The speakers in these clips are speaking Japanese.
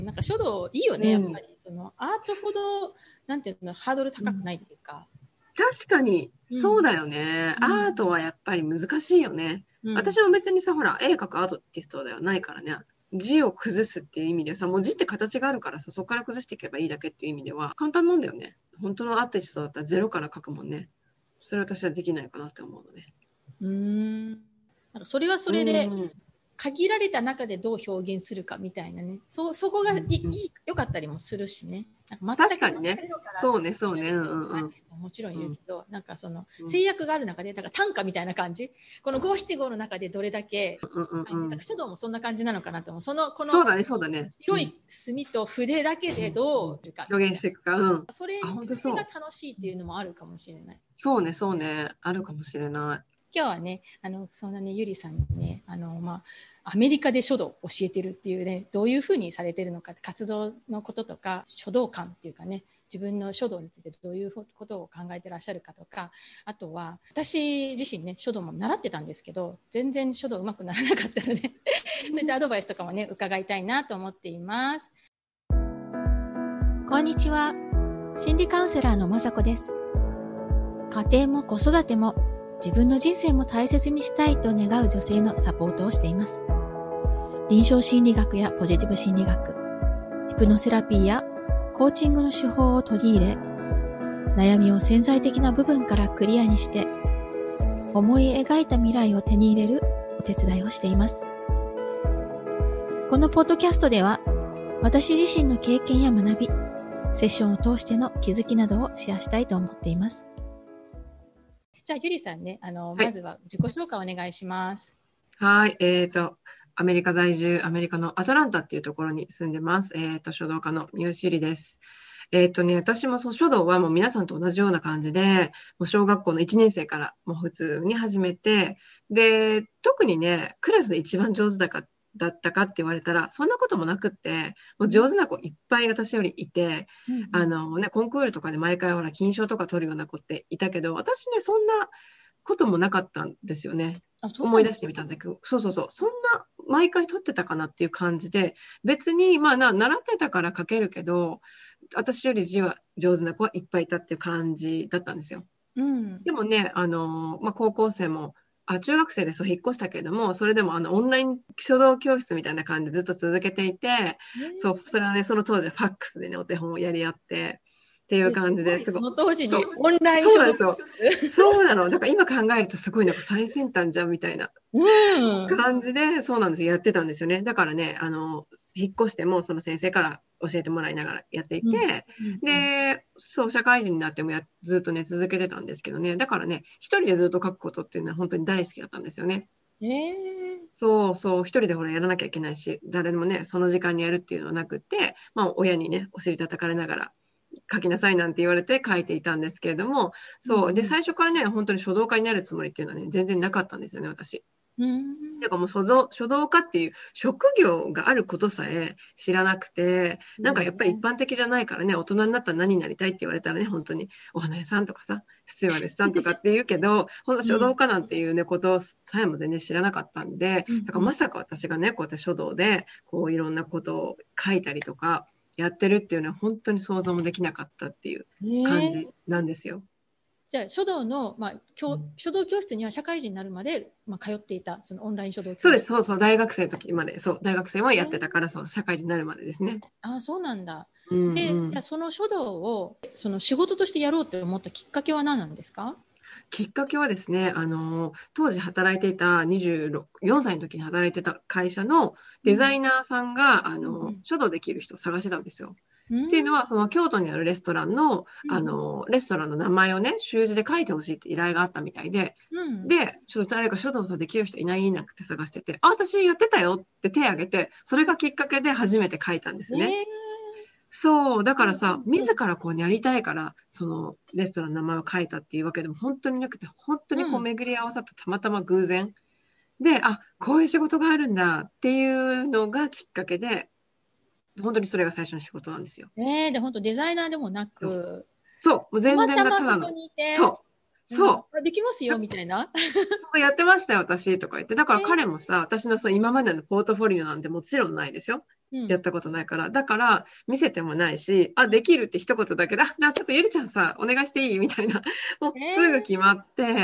なんか書道いいよね、 うんやっぱりそのアートほどなんていうのハードル高くないっていうか、 確かに、そうだよね。 うんアートはやっぱり難しいよね。 うん、 私も別にさ、ほら、絵描くアーティストではないからね。字を崩すっていう意味でさ、もう字って形があるからさ、そこから崩していけばいいだけっていう意味では、簡単なんだよね。本当のアーティストだったらゼロから描くもんね。それ私はできないかなって思うのね。 なんかそれはそれで限られた中でどう表現するかみたいなね、そこが良かったりもするしね。なんか確かにね。そうね、そうね。 もちろんいるけど、なんかその制約がある中で、だから短歌みたいな感じ。この五七五の中でどれだけ、書道もそんな感じなのかなと思う。このそうだね。 白い墨と筆だけでどうというか表現していくか。 それが楽しいっていうのもあるかもしれない。 そうね、そうね。あるかもしれない。 今日はね、そんなね、ゆりさんにね、アメリカで書道を教えてるっていうね、どういうふうにされてるのか、活動のこととか、書道観っていうかね、自分の書道についてどういうことを考えてらっしゃるかとか、あとは、私自身ね、書道も習ってたんですけど、全然書道うまくならなかったので、そういったアドバイスとかもね、伺いたいなと思っています。 こんにちは。心理カウンセラーのまさこです。家庭も子育ても自分の人生も大切にしたいと願う女性のサポートをしています。臨床心理学やポジティブ心理学、ヒプノセラピーやコーチングの手法を取り入れ、悩みを潜在的な部分からクリアにして、思い描いた未来を手に入れるお手伝いをしています。このポッドキャストでは、私自身の経験や学び、セッションを通しての気づきなどをシェアしたいと思っています。 じゃあゆりさんね、まずは自己紹介お願いします。 はい、アメリカ在住、アメリカのアトランタっていうところに住んでます。書道家の三好ゆりです。私も書道はもう皆さんと同じような感じで、もう小学校の1年生からもう普通に始めて、で、特にね、クラスで一番上手だったかって言われたら、そんなこともなくって、もう上手な子いっぱい私よりいて、コンクールとかで毎回ほら、金賞とか取るような子っていたけど、私ね、そんなこともなかったんですよね。思い出してみたんだけど、そんな毎回取ってたかなっていう感じで、別に習ってたから書けるけど、私より字は上手な子はいっぱいいたっていう感じだったんですよ。でもね、高校生も中学生で引っ越したけれども、それでもオンライン書道教室みたいな感じでずっと続けていて、それはね、その当時はファックスでね、お手本をやり合って、っていう感じですごい。その当時にオンライン書道教室。そうなの。だから今考えるとすごいなんか最先端じゃんみたいな感じで、そうなんですよ。やってたんですよね。だからね、引っ越してもその先生から教えてもらいながらやっていて、で、社会人になってもずっとね、続けてたんですけどね。だからね、一人でずっと書くことっていうのは本当に大好きだったんですよね。一人でほらやらなきゃいけないし、誰でもね、その時間にやるっていうのはなくって、親にね、お尻叩かれながら書きなさいなんて言われて書いていたんですけれども、で、最初からね、本当に書道家になるつもりっていうのはね、全然なかったんですよね、私。だからもう書道家っていう職業があることさえ知らなくて、なんかやっぱり一般的じゃないからね、大人になったら何になりたいって言われたらね、本当にお花屋さんとかさ、スチュワーデスさんとかって言うけど、本当書道家なんていうね、ことさえも全然知らなかったんで、だからまさか私がね、こうやって書道で、こういろんなことを書いたりとか、やってるっていうのは本当に想像もできなかったっていう感じなんですよ。 じゃあ書道の、書道教室には社会人になるまで、通っていたそのオンライン書道教室。 そうです、そう大学生の時まで、大学生はやってたから、社会人になるまでですね。 そうなんだ。で、じゃあその書道をその仕事としてやろうと思ったきっかけは何なんですか？ きっかけはですね、当時働いていた24歳の時に働いてた会社のデザイナーさんが、書道できる人を探してたんですよ。っていうのは、その京都にあるレストランの、レストランの名前をね、習字で書いてほしいって依頼があったみたいで、で、ちょっと誰か書道さできる人いないなくて探してて、私やってたよって手を挙げて、それがきっかけで初めて書いたんですね。だからさ、自らこうやりたいから、そのレストランの名前を書いたっていうわけでも本当になくて、本当にこう巡り合わさったたまたま偶然で、こういう仕事があるんだっていうのがきっかけで、本当にそれが最初の仕事なんですよ。 で、本当デザイナーでもなく、 もう全然たまたまそこにいて、できますよみたいな。 やってましたよ私とか言って、だから彼もさ、私の今までのポートフォリオなんてもちろんないでしょ。 やったことないから。だから、見せてもないし、あ、できるって一言だけで、じゃあちょっとゆりちゃんさ、お願いしていいみたいな。もうすぐ決まって、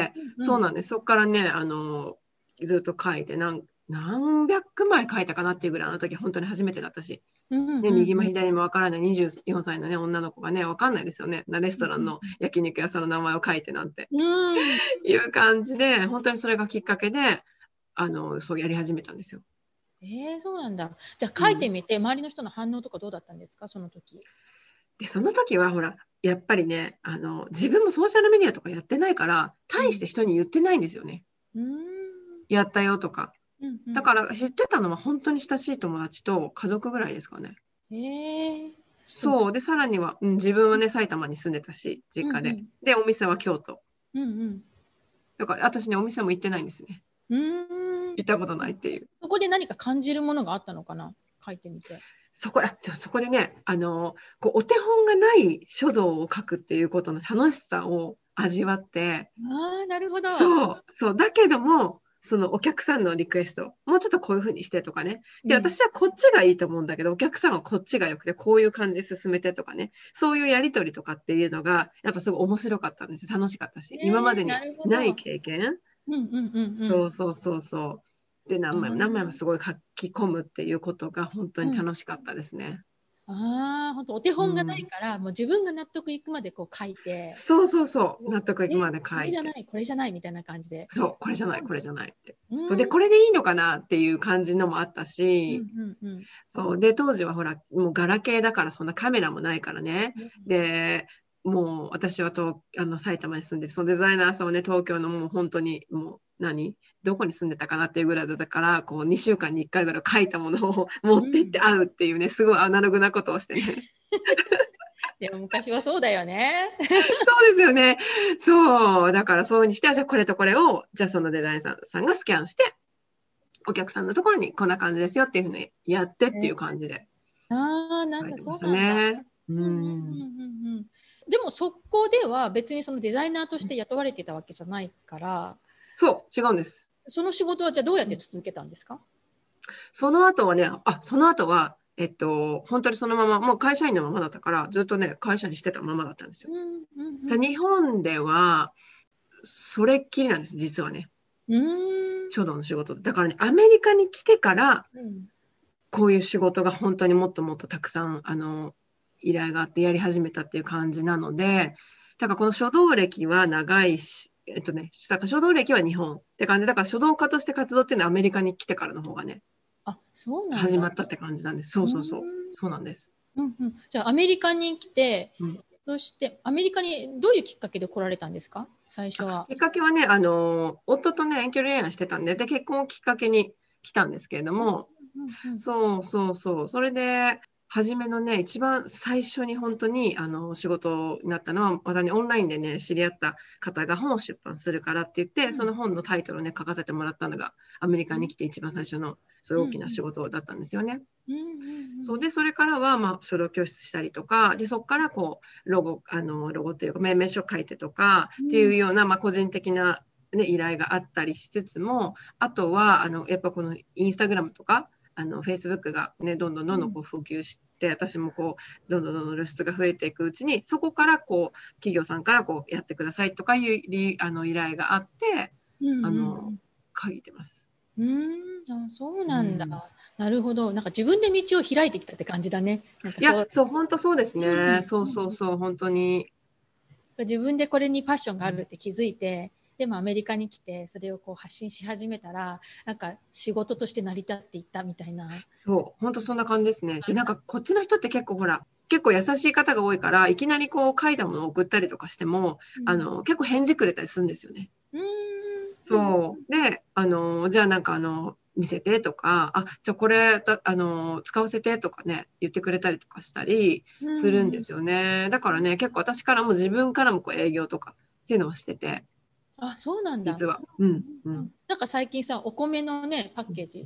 そうなんです。そこからね、ずっと書いて、何百枚書いたかなっていうぐらい、あの時本当に初めてだったし。ね、右も左もわからない24歳のね、女の子がね、わかんないですよね。レストランの焼肉屋さんの名前を書いてなんて。いう感じで、本当にそれがきっかけで、そうやり始めたんですよ。 そうなんだ。じゃあ書いてみて、周りの人の反応とかどうだったんですか、その時。 で、その時はほら、やっぱりね、自分もソーシャルメディアとかやってないから、大して人に言ってないんですよね。やったよとか。だから知ってたのは本当に親しい友達と家族ぐらいですかね。そう。で、さらには、自分はね、埼玉に住んでたし、実家で。で、お店は京都。だから私ね、お店も行ってないんですね。行ったことないっていう。 そこで何か感じるものがあったのかな、書いてみて。 そこでね、お手本がない書道を書くっていうことの楽しさを味わって。 なるほど。 そう。だけども、そのお客さんのリクエスト、もうちょっとこういう風にしてとかね。で、私はこっちがいいと思うんだけど、お客さんはこっちが良くて、こういう感じで進めてとかね。そういうやりとりとかっていうのが、やっぱすごい面白かったんですよ。楽しかったし。今までにない経験。そう。で、何枚もすごい書き込むっていうことが本当に楽しかったですね。 本当お手本がないから、もう自分が納得いくまでこう書いて。 そう。納得いくまで書いて。 これじゃないみたいな感じで。 そう、これじゃないって。で、これでいいのかなっていう感じのもあったし、そうで、当時はほら、もうガラケーだからそんなカメラもないからね。で、もう私は埼玉に住んで、そのデザイナーさんはね、東京のもう本当にもうどこに住んでたかなっていうぐらいだったから、こう2週間に1回ぐらい書いたものを持って行って会うっていうね、すごいアナログなことをしてね。 でも昔はそうだよね。 そうですよね。そう。だからそうにして、じゃあこれとこれを、じゃあそのデザイナーさんがスキャンして、お客さんのところにこんな感じですよっていうふうにやってっていう感じで。 なんだ、そうなんだ。でもそこでは別にそのデザイナーとして雇われてたわけじゃないから。 そう、違うんです。 その仕事はじゃあどうやって続けたんですか？ その後は、本当にそのまま、もう会社員のままだったから、ずっとね、会社にしてたままだったんですよ。日本では、それっきりなんです、実はね。書道の仕事。だからね、アメリカに来てから、こういう仕事が本当にもっともっとたくさん、依頼があってやり始めたっていう感じなので、だからこの書道歴は長いし、だから書道歴は日本って感じ。だから書道家として活動っていうのはアメリカに来てからの方がね、 そうなんだ。 始まったって感じなんです。そう。そうなんです。 じゃあアメリカに来て、そしてアメリカにどういうきっかけで来られたんですか？最初は。 きっかけはね、夫とね、遠距離恋愛してたんで、結婚をきっかけに来たんですけれども、そう。それで、初めのね、一番最初に本当に仕事になったのは、またね、オンラインでね、知り合った方が本を出版するからって言って、その本のタイトルをね、書かせてもらったのが、アメリカに来て一番最初の、そういう大きな仕事だったんですよね。そうで、それからは、書道教室したりとか、で、そこからこう、ロゴっていうか、命名書書いてとか、っていうような、個人的な、ね、依頼があったりしつつも、あとは、やっぱこのインスタグラムとか、Facebook がね、どんどんこう普及して、私もこう、どんどん露出が増えていくうちに、そこからこう、企業さんからこう、やってくださいとかいう依頼があって、書いてます。 そうなんだ。なるほど。なんか自分で道を開いてきたって感じだね。 いや、そう、本当そうですね。そう、本当に。 自分でこれにパッションがあるって気づいて、でもアメリカに来てそれをこう発信し始めたら、なんか仕事として成り立っていったみたいな。 そう、本当そんな感じですね。で、なんかこっちの人って結構優しい方が多いから、いきなりこう書いたものを送ったりとかしても、結構返事くれたりするんですよね。そう。で、じゃあなんか見せてとか、じゃあこれ使わせてとかね、言ってくれたりとかしたりするんですよね。だからね、結構私からも自分からもこう営業とかっていうのをしてて。 そうなんだ。 実は。 なんか最近さ、お米のね、パッケージ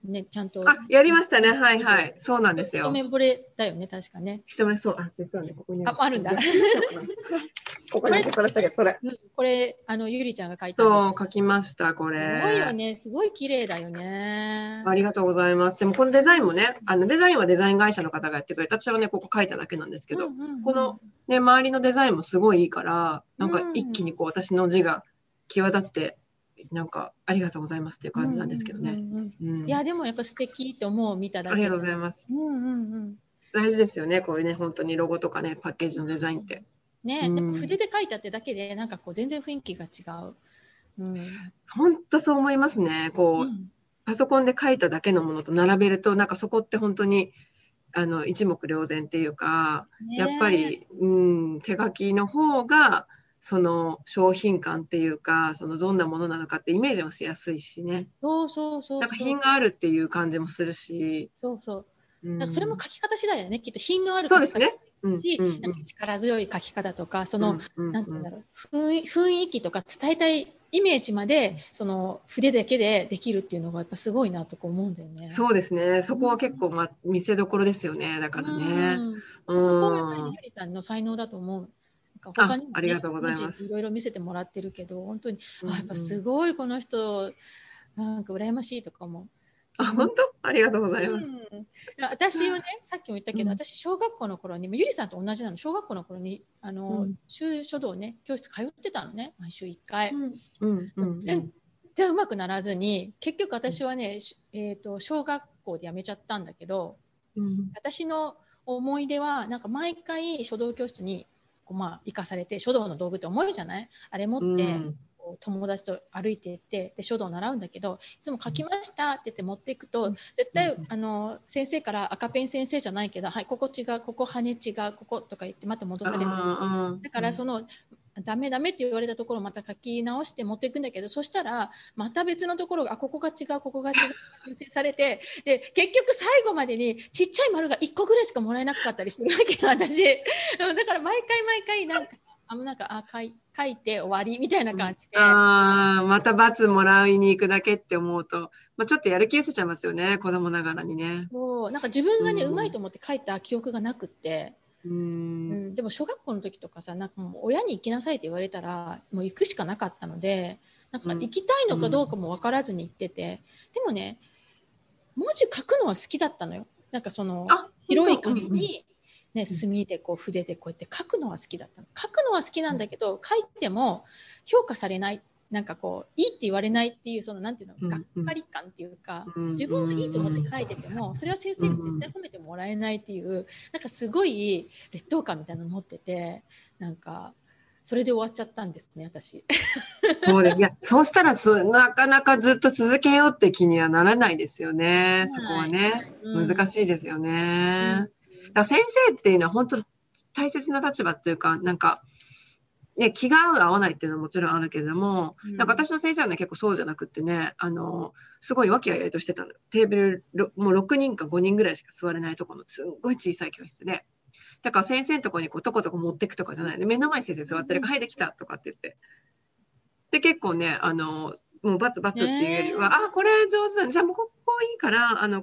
ね、ちゃんと。 やりましたね。はいはい。そうなんですよ。 一目惚れだよね、確かね。 一目そう。実はね、ここにあるんだ。 ここにこれ、 これ、ゆりちゃんが書いたんです。 そう、書きました、これ。 すごいよね。すごい綺麗だよね。 ありがとうございます。でも、このデザインもね、デザインはデザイン会社の方がやってくれた。私はね、ここ書いただけなんですけど、このね、周りのデザインもすごいいいから、なんか一気にこう、私の字が際立って、なんか、ありがとうございますっていう感じなんですけどね。 いや、でもやっぱ素敵と思う、見ただけ。 ありがとうございます。大事ですよね、こういうね、本当にロゴとかね、パッケージのデザインって。 ね、でも筆で書いたってだけで、なんかこう、全然雰囲気が違う。 本当そう思いますね。こう、パソコンで書いただけのものと並べると、なんかそこって本当に、一目瞭然っていうか、やっぱり、手書きの方が、その商品感っていうか、そのどんなものなのかってイメージもしやすいしね。なんか品があるっていう感じもするし。 なんかそれも書き方次第だよね。きっと品のある書き方し、 なんか力強い書き方とか、その、なんていうんだろう、雰囲気とか伝えたいイメージまで、その筆だけでできるっていうのがやっぱすごいなとか思うんだよね。 そうですね。そこは結構、見せどころですよね。だからね。 そこはやっぱりゆりさんの才能だと思う。他にも、 ありがとうございます。 いろいろ見せてもらってるけど、本当に、やっぱすごいこの人、なんか羨ましいとかも。 本当？ありがとうございます。 私はね、さっきも言ったけど、私、小学校の頃に、ゆりさんと同じなの、小学校の頃に、書道ね、教室通ってたのね、毎週1回。全然うまくならずに、結局私はね、小学校で辞めちゃったんだけど、私の思い出は、なんか毎回書道教室に、行かされて、書道の道具って重いじゃない？あれ持って、友達と歩いていってで書道を習うんだけど、いつも書きましたって言って持っていくと、絶対先生から赤ペン先生じゃないけど、はい、ここ違う、ここ羽違う、こことか言ってまた戻される。だからそのダメダメって言われたところをまた書き直して持っていくんだけど、そしたらまた別のところがここが違う、ここが違う修正されて、で結局最後までにちっちゃい丸が1個ぐらいしかもらえなかったりするわけよ、私。だから毎回なんか書いて終わりみたいな感じで。 また罰もらいに行くだけって思うと、ちょっとやる気失せちゃいますよね、子供ながらにね。 なんか自分がね、うまいと思って書いた記憶がなくって。でも小学校の時とかさ、なんかもう親に行きなさいって言われたらもう行くしかなかったので、なんか行きたいのかどうかも分からずに行ってて、でもね、文字書くのは好きだったのよ。なんかその広い紙にね、墨でこう筆でこうやって書くのは好きだったの。書くのは好きなんだけど、書いても評価されない、なんかこういいって言われないっていう、そのなんていうの、がっかり感っていうか、自分はいいと思って書いててもそれは先生に絶対褒めてもらえないっていう、なんかすごい劣等感みたいなの持ってて、なんかそれで終わっちゃったんですね、私。 そうです。いや、そうしたらなかなかずっと続けようって気にはならないですよね。そこはね、難しいですよね。だから先生っていうのは本当大切な立場っていうか、なんか、ね、気が合う合わないっていうのはもちろんあるけれども、なんか私の先生はね、結構そうじゃなくってね、すごい和気あいあいとしてたの。テーブル、もう6人か5人ぐらいしか座れないところのすんごい小さい教室で。だから先生のところにこうとことこ持ってくとかじゃないで、目の前に先生座ってるから、はい、できたとかって言って。で、結構ね、もうバツバツっていうよりは、これ上手だね。じゃあもうここいいから、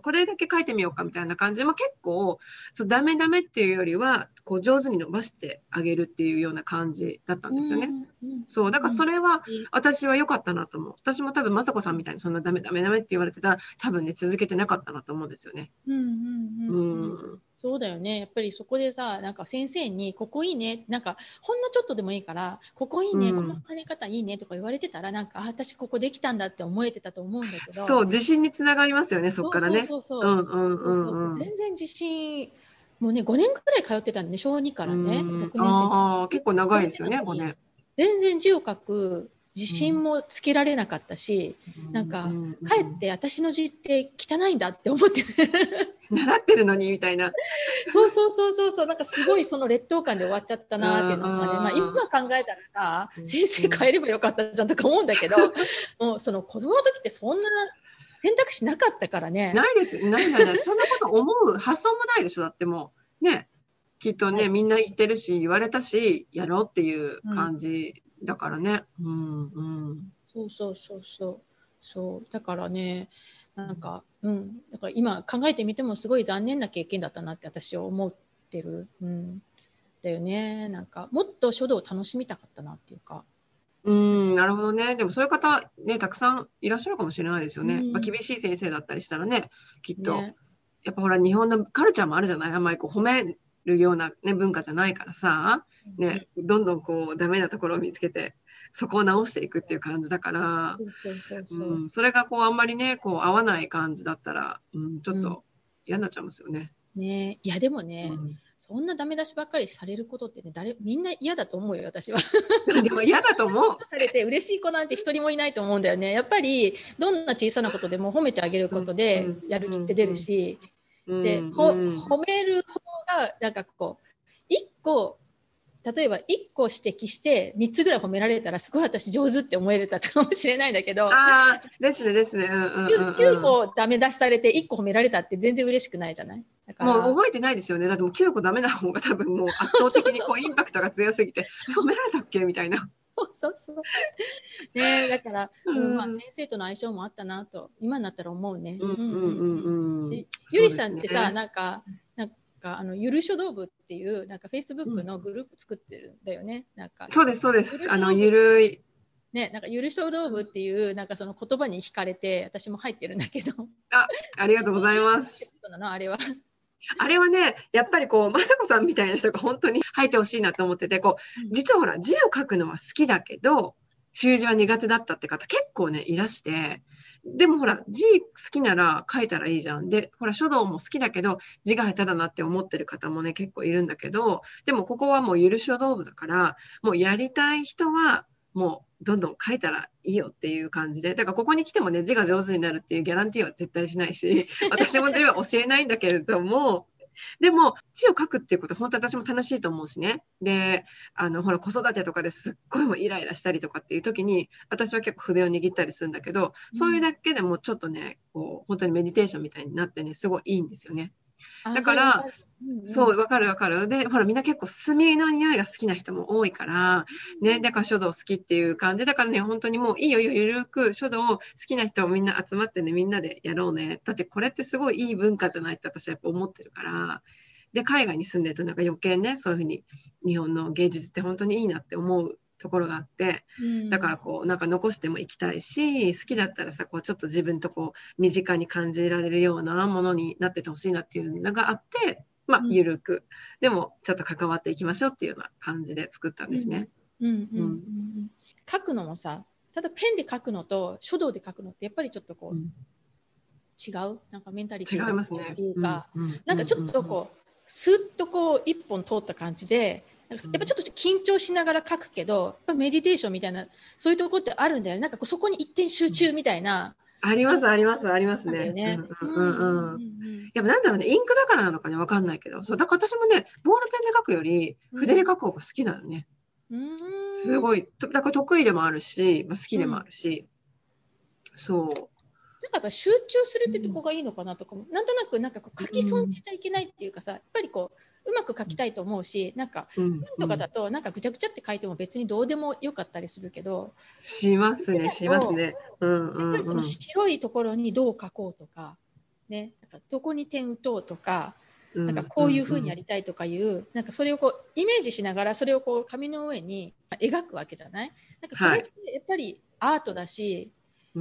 これだけ書いてみようかみたいな感じで、結構、ダメダメっていうよりは、こう上手に伸ばしてあげるっていうような感じだったんですよね。そう。だからそれは、私は良かったなと思う。私も多分、雅子さんみたいにそんなダメダメダメって言われてたら、多分ね、続けてなかったなと思うんですよね。 そうだよね。やっぱりそこでさ、なんか先生にここいいね、なんかほんのちょっとでもいいからここいいね、この跳ね方いいねとか言われてたら、なんか私ここできたんだって思えてたと思うんだけど。 そう、自信につながりますよね、そこからね。 全然自信、もうね5年くらい通ってたんでね、小2からね6年生。 結構長いですよね、5年。 全然字を書く自信もつけられなかったし、なんかかえって私の字って汚いんだって思って習ってるのにみたいな。 そうなんかすごいその劣等感で終わっちゃったなっていうのがね、今考えたらさ、先生変えればよかったじゃんとか思うんだけど、もうその子供の時ってそんな選択肢なかったからね。 ないです。ない。そんなこと思う発想もないでしょ。だってもうね、きっとね、みんな言ってるし言われたしやろうっていう感じだからね。そうだからね、 なんか今考えてみてもすごい残念な経験だったなって私は思ってる、だよね。なんかもっと書道を楽しみたかったなっていうか。 なるほどね。でもそういう方ね、たくさんいらっしゃるかもしれないですよね。厳しい先生だったりしたらね、きっと。ね、やっぱほら、日本のカルチャーもあるじゃない。あんまりこう褒めるような、ね、文化じゃないからさ、ね、どんどんこうダメなところを見つけて、そこを直していくっていう感じだから、それがこうあんまりね、こう合わない感じだったら、ちょっと嫌になっちゃいますよね。 ね、いやでもね、そんなダメ出しばっかりされることってね、みんな嫌だと思うよ、私は。 でも嫌だと思う。 されて嬉しい子なんて一人もいないと思うんだよね。やっぱりどんな小さなことでも褒めてあげることでやる気って出るし、で、褒める方がなんかこう1個例えば1個指摘して3つぐらい褒められたらすごい私上手って思えたかもしれないんだけど、 ですね。 9個ダメ出しされて1個褒められたって全然嬉しくないじゃない。だからもう覚えてないですよね。だってもう9個ダメな方が多分もう圧倒的にこうインパクトが強すぎて褒められたっけみたいな。 そうね、だから、先生との相性もあったなと今になったら思うね。ゆりさんってさ、なんかゆる書道部っていうなんかフェイスブックのグループ作ってるんだよね。なんかそうです。ゆるいね、なんかゆる書道部っていうなんかその言葉に惹かれて私も入ってるんだけど。 ありがとうございます。あれはね、やっぱりこう、雅子さんみたいな人が本当に入ってほしいなと思ってて、こう、実はほら、字を書くのは好きだけど、習字は苦手だったって方結構ね、いらして、でもほら、字好きなら書いたらいいじゃん。で、ほら、書道も好きだけど、字が下手だなって思ってる方もね、結構いるんだけど、でもここはもうゆる書道部だから、もうやりたい人は、もうどんどん書いたらいいよっていう感じで、だからここに来てもね、字が上手になるっていうギャランティーは絶対しないし、私も字は教えないんだけれども、でも字を書くっていうこと本当私も楽しいと思うしね。で、ほら子育てとかですっごいもうイライラしたりとかっていう時に私は結構筆を握ったりするんだけど、そういうだけでもちょっとね、こう本当にメディテーションみたいになってね、すごいいいんですよね。だからそう、わかる。で、ほら、みんな結構墨の匂いが好きな人も多いから、ね、だから書道好きっていう感じ。だからね、本当にもういいよ、ゆるく書道好きな人もみんな集まってね、みんなでやろうね。だってこれってすごいいい文化じゃないって私はやっぱ思ってるから。で、海外に住んでるとなんか余計ね、そういうふうに日本の芸術って本当にいいなって思うところがあって、だからこうなんか残してもいきたいし、好きだったらさ、こうちょっと自分とこう身近に感じられるようなものになっててほしいなっていうのがあって、まあゆるく、でもちょっと関わっていきましょうっていうような感じで作ったんですね。 書くのもさ、ただペンで書くのと書道で書くのってやっぱりちょっとこう、違うなんかメンタリティーがっていうか、なんかちょっとこうスッとこう一本通った感じで、やっぱちょっと緊張しながら書くけど、やっぱメディテーションみたいなそういうところってあるんだよね。なんかこうそこに一点集中みたいな。 ありますね。やっぱなんだろうね、インクだからなのかね、わかんないけど、そうだから私もね、ボールペンで書くより筆で書く方が好きなのね。すごい、だから得意でもあるし、好きでもあるし、そう。 なんかやっぱ集中するってとこがいいのかなとかも、なんとなくなんかこう書き損じちゃいけないっていうかさ、やっぱりこううまく書きたいと思うし、なんかペンとかだとなんかぐちゃぐちゃって書いても別にどうでもよかったりするけど、 しますね。 やっぱりその白いところにどう書こうとかね、なんかどこに点打とうとか、なんかこういう風にやりたいとかいう、なんかそれをこうイメージしながらそれをこう紙の上に描くわけじゃない。なんかそれってやっぱりアートだし、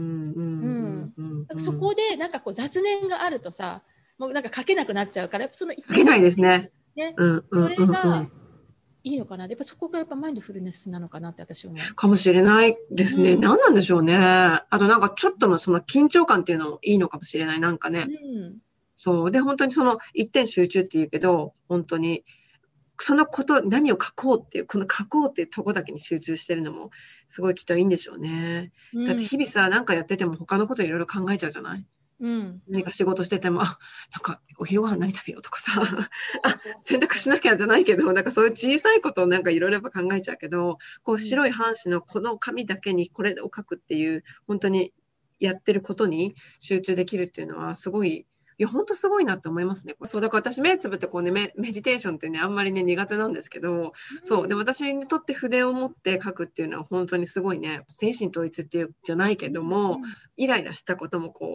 そこでなんかこう雑念があるとさ、もうなんか書けなくなっちゃうから、やっぱその書けないですね。 それがいいのかな。やっぱそこがやっぱマインドフルネスなのかなって私は思う。 かもしれないですね。何なんでしょうね。あとなんかちょっとのその緊張感っていうのもいいのかもしれない。なんかね。そうで本当にその一点集中っていうけど、本当にそのこと何を書こうっていうこの書こうっていうとこだけに集中してるのもすごいきっといいんでしょうね。だって日々さなんかやってても他のこといろいろ考えちゃうじゃない。何か仕事しててもなんかお昼ご飯何食べようとかさ洗濯しなきゃじゃないけど、なんかそういう小さいことをなんかいろいろ考えちゃうけど、こう白い半紙のこの紙だけにこれを書くっていう本当にやってることに集中できるっていうのはすごい。いや本当すごいなって思いますね。そうだから私目つぶってこうねメディテーションってねあんまりね苦手なんですけど、そうで私にとって筆を持って書くっていうのは本当にすごいね、精神統一っていうじゃないけども、イライラしたこともこう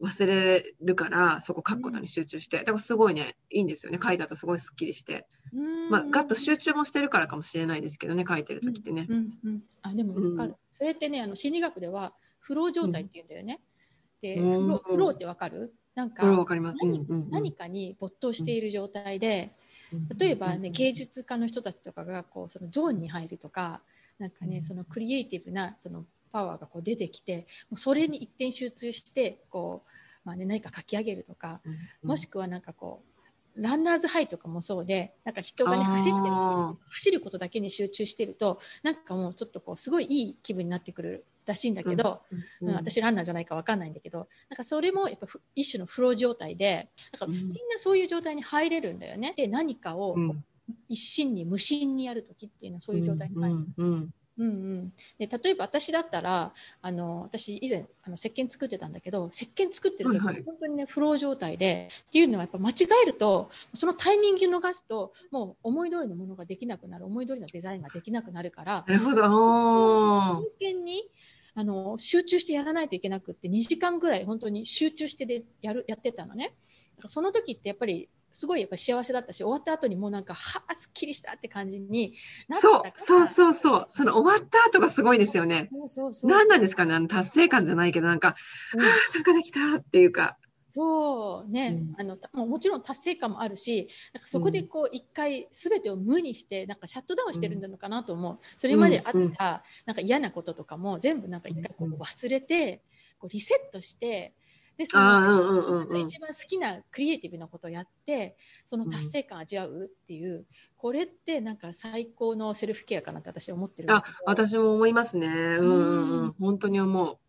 忘れるから、そこ書くことに集中して。だからすごいね、いいんですよね。書いたとすごいスッキリして。まあ、ガッと集中もしてるからかもしれないですけどね、書いてる時ってね。 あ、でも分かる。それってね、心理学ではフロー状態って言うんだよね。で、フローって分かる？なんか何かに没頭している状態で、例えばね、芸術家の人たちとかがこうそのゾーンに入るとか、なんかね、そのクリエイティブなそのパワーがこう出てきて、もうそれに一点集中してこう、まあね、何か書き上げるとか、もしくはなんかこうランナーズハイとかもそうで、なんか人がね走ることだけに集中してると、なんかもうちょっとこうすごいいい気分になってくるらしいんだけど、私ランナーじゃないか分かんないんだけど、なんかそれもやっぱ一種のフロー状態で、なんかみんなそういう状態に入れるんだよね。で、何かを一心に無心にやるときっていうのはそういう状態に入る。で、例えば私だったら私以前石鹸作ってたんだけど、石鹸作ってる時本当にね、フロー状態でっていうのはやっぱ間違えると、そのタイミングを逃すともう思い通りのものができなくなる、思い通りのデザインができなくなるから、 なるほど、 真剣に集中してやらないといけなくって、2時間ぐらい本当に集中してやってたのね。その時ってやっぱりすごいやっぱ幸せだったし、終わった後にもうなんかすっきりしたって感じになったから。 そうその終わった後がすごいですよね。何なんですかね、達成感じゃないけど、なんか、参加できたっていうか。 そうね、もちろん達成感もあるし、なんかそこでこう一回全てを無にしてなんかシャットダウンしてるんだのかなと思う。それまであったなんか嫌なこととかも全部なんか一回こう忘れて、こうリセットして、でその一番好きなクリエイティブなことをやってその達成感を味わうっていう、これってなんか最高のセルフケアかなって私は思ってる。 私も思いますね。本当に思う。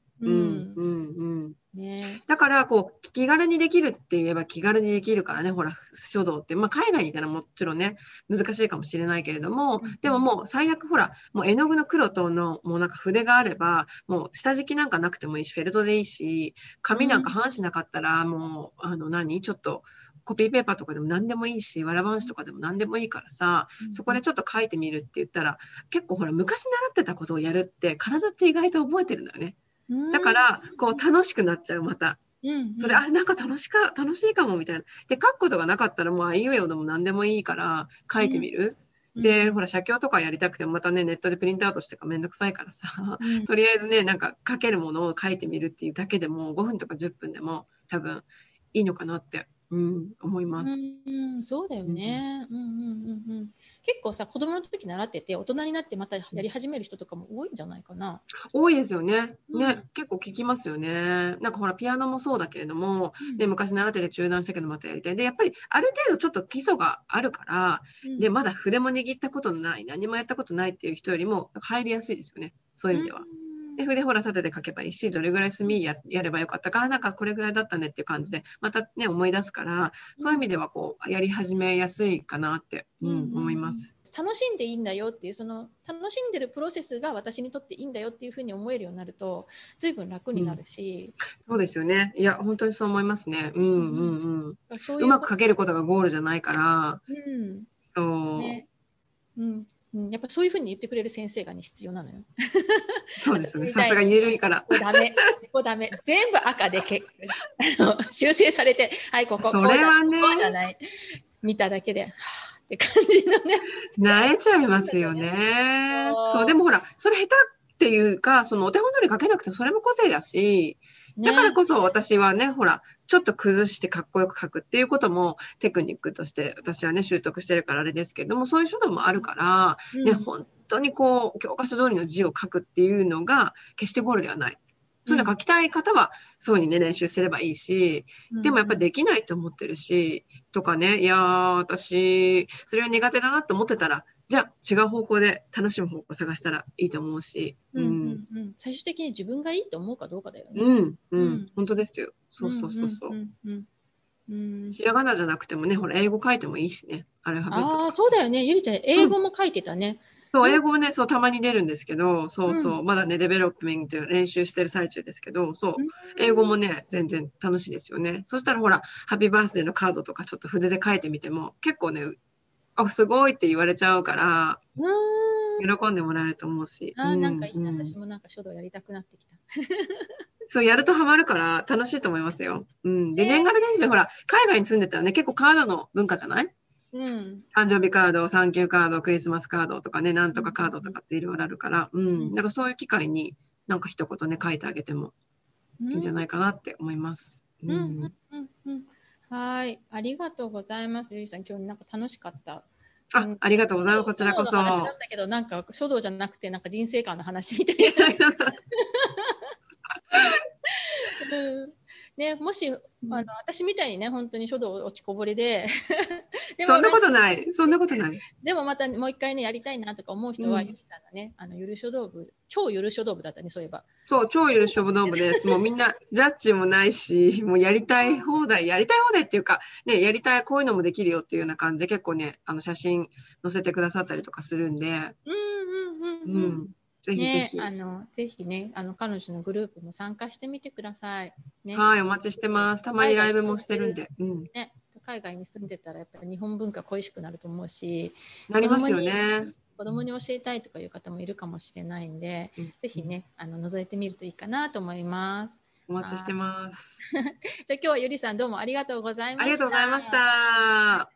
だからこう気軽にできるって言えば気軽にできるからね、ほら書道って、まあ、海外にいたらもちろんね難しいかもしれないけれども、でももう最悪ほらもう絵の具の黒とのもうなんか筆があればもう下敷きなんかなくてもいいし、フェルトでいいし、紙なんか話しなかったらもうちょっとコピーペーパーとかでも何でもいいし、わらばんしとかでも何でもいいからさ、そこでちょっと書いてみるって言ったら、結構ほら昔習ってたことをやるって体って意外と覚えてるんだよね。だからこう楽しくなっちゃう、また。それなんか楽しいかもみたいな。で書くことがなかったらもうあいうえおでも何でもいいから書いてみる。でほら写経とかやりたくてもまたねネットでプリントアウトしてかめんどくさいからさ、とりあえずねなんか書けるものを書いてみるっていうだけでも5分とか10分でも多分いいのかなって思います。 そうだよね。結構さ子供の時習ってて大人になってまたやり始める人とかも多いんじゃないかな。 多いですよね。結構聞きますよね。なんかほらピアノもそうだけれども、で昔習ってて中断したけどまたやりたい。でやっぱりある程度ちょっと基礎があるから、でまだ筆も握ったことのない何もやったことないっていう人よりも入りやすいですよね。そういう意味では。で筆ほら立てて書けばいいし、どれぐらい墨やればよかったか、なんかこれぐらいだったねっていう感じでまたね思い出すから、そういう意味ではこうやり始めやすいかなって、思います。 楽しんでいいんだよっていう、その楽しんでるプロセスが私にとっていいんだよっていうふうに思えるようになると随分楽になるし、 そうですよね。いや本当にそう思いますね。うまく書けることがゴールじゃないから、そう、 ね、やっぱそういうふうに言ってくれる先生が、ね、必要なのよ。 そうですね。さすがに緩いから。 ここダメ。全部赤で修正されて、はいここそれはね、 こうじゃない。見ただけで、はあって感じのね。 慣れちゃいますよね。そうでもほらそれ下手っていうか、そのお手本通り書けなくてそれも個性だし。だからこそ私はね、ほらちょっと崩してかっこよく書くっていうこともテクニックとして私はね習得してるからあれですけども、そういう書道もあるから、本当にこう教科書通りの字を書くっていうのが決してゴールではない。そういうの書きたい方はそうにね練習すればいいし、でもやっぱりできないと思ってるしとかね、いや私それは苦手だなと思ってたら、じゃあ違う方向で楽しむ方向を探したらいいと思うし、 最終的に自分がいいと思うかどうかだよね。 本当ですよ。そう。ひらがなじゃなくてもね、ほら英語書いてもいいしね、アルファベットとか。 そうだよね。ゆりちゃん英語も書いてたね。 そう英語もね、そうたまに出るんですけど、まだねデベロップメント練習してる最中ですけど、英語もね全然楽しいですよね。そしたらほらハッピーバースデーのカードとかちょっと筆で書いてみても結構ね、すごいって言われちゃうから喜んでもらえると思うし。 なんかいいな、私もなんか書道やりたくなってきた。 そうやるとハマるから楽しいと思いますよ。うん。で、 ね年がら年中ほら、海外に住んでたらね、結構カードの文化じゃない？ うん。 誕生日カード、産休カード、クリスマスカードとかね、なんとかカードとかっていろいろあるから、うん。だからそういう機会になんか一言ね、書いてあげてもいいんじゃないかなって思います。 うんうんうんうん。はい。ありがとうございます。ゆりさん、今日なんか楽しかった。 ありがとうございます。こちらこそ。 書道の話だったけど、なんか書道じゃなくて、なんか人生観の話みたいな。ね、もし私みたいにね、本当に書道落ちこぼれででも、そんなことない。そんなことない。 でもまたもう一回ね、やりたいなとか思う人は、ゆりさんがね、ゆる書道部、超ゆる書道部だったね、そういえば。 そう、超ゆる書道部です。もうみんな、ジャッジもないし、もうやりたい放題っていうか、ね、やりたい、こういうのもできるよっていうような感じで、結構ね、写真載せてくださったりとかするんで、ぜひぜひ。 ぜひね、彼女のグループも参加してみてください。ね、 はい、お待ちしてます。たまにライブもしてるんで。 ね、海外に住んでたら、やっぱり日本文化恋しくなると思うし、 なりますよね。 子供に教えたいとかいう方もいるかもしれないんで、ぜひね、覗いてみるといいかなと思います。 お待ちしてます。 じゃあ今日はゆりさんどうもありがとうございました。 ありがとうございました。